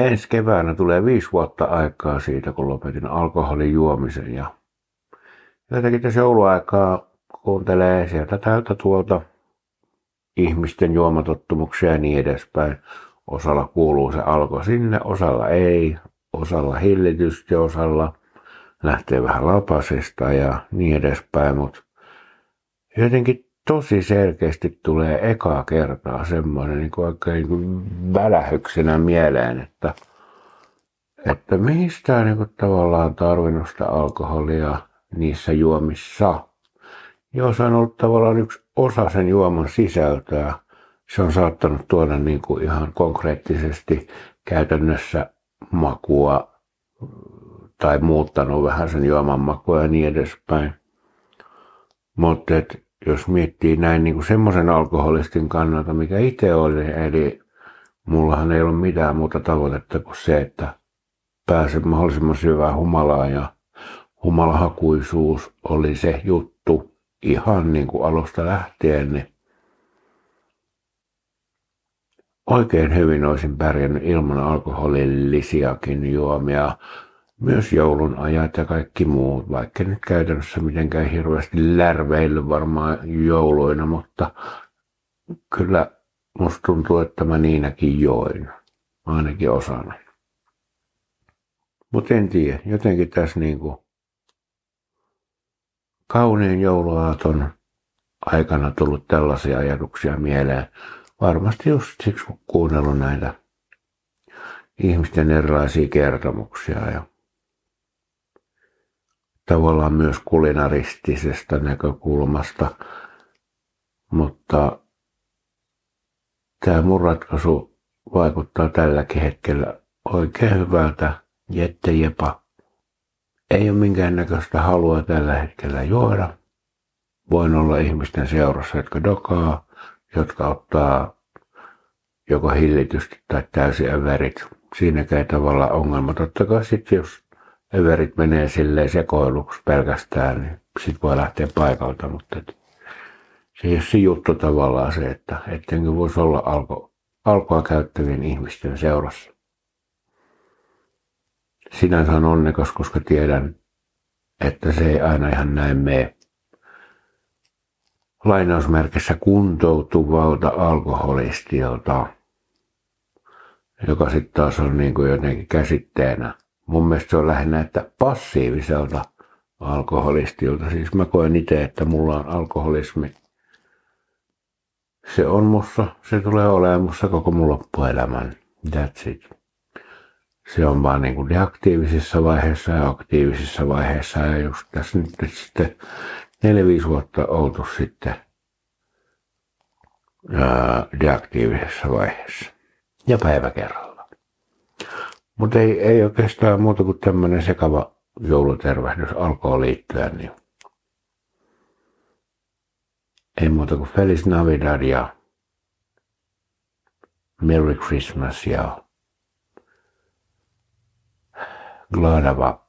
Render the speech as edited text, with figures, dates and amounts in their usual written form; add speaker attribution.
Speaker 1: ensi keväänä tulee 5 vuotta aikaa siitä, kun lopetin alkoholin juomisen. Ja jotenkin tässä jouluaikaa kuuntelee sieltä täältä tuolta ihmisten juomatottumuksia ja niin edespäin. Osalla kuuluu se alko sinne, osalla ei, osalla hillitysti, osalla lähtee vähän lapasesta ja niin edespäin. Mutta jotenkin tosi selkeästi tulee ekaa kertaa semmoinen niin oikein niin kuin välähyksenä mieleen, että mihin sitä niin kuin tavallaan tarvinnut sitä alkoholia niissä juomissa. Joo, se on ollut tavallaan yksi osa sen juoman sisältöä. Se on saattanut tuoda niin kuin ihan konkreettisesti käytännössä makua tai muuttanut vähän sen juoman makua ja niin edespäin. Mutta jos miettii näin niin kuin semmoisen alkoholistin kannalta, mikä itse oli, eli mullahan ei ollut mitään muuta tavoitetta kuin se, että pääsen mahdollisimman syvään humalaan ja humalahakuisuus oli se juttu ihan niin kuin alusta lähtien, niin oikein hyvin olisin pärjännyt ilman alkoholillisiakin juomia. Myös joulun ajat ja kaikki muut, vaikka nyt käytännössä mitenkään hirveästi lärveillyt varmaan jouluina, mutta kyllä musta tuntuu, että mä niinäkin join, ainakin osana. Mutta en tiedä, jotenkin tässä niinku kauniin jouluaaton aikana tullut tällaisia ajatuksia mieleen. Varmasti just siksi, kun kuunnellut näitä ihmisten erilaisia kertomuksia ja tavallaan myös kulinaristisesta näkökulmasta, mutta tämä mun ratkaisu vaikuttaa tälläkin hetkellä oikein hyvältä. Jettejepa. Ei ole minkäännäköistä halua tällä hetkellä juoda. Voin olla ihmisten seurassa, jotka dokaa, jotka ottaa joko hillitysti tai täysin överit. Siinäkään ei tavallaan ongelma. Totta kai sitten jos överit menee silleen sekoiluksi pelkästään, niin sit voi lähteä paikalta. Mutta se ei ole se juttu tavallaan se, että ettenkö voisi olla alkoa käyttävien ihmisten seurassa. Sinänsä on onnekas, koska tiedän, että se ei aina ihan näin mene. Lainausmerkissä kuntoutuvalta alkoholistilta, joka sitten taas on niin kuin jotenkin käsitteenä. Mun mielestä se on lähinnä, että passiiviselta alkoholistilta. Siis mä koen itse, että mulla on alkoholismi. Se on mussa, se tulee olemaan mussa koko mun loppuelämän. That's it. Se on vaan niin kuin deaktiivisissa vaiheissa ja aktiivisissa vaiheissa. Ja just tässä nyt sitten 4-5 vuotta oltu sitten deaktiivisessa vaiheessa. Ja päivä kerralla. Mutta ei oikeastaan muuta kuin tämmöinen sekava joulutervehdys alkoon liittyen. Niin ei muuta kuin Feliz Navidad ja Merry Christmas ja Glada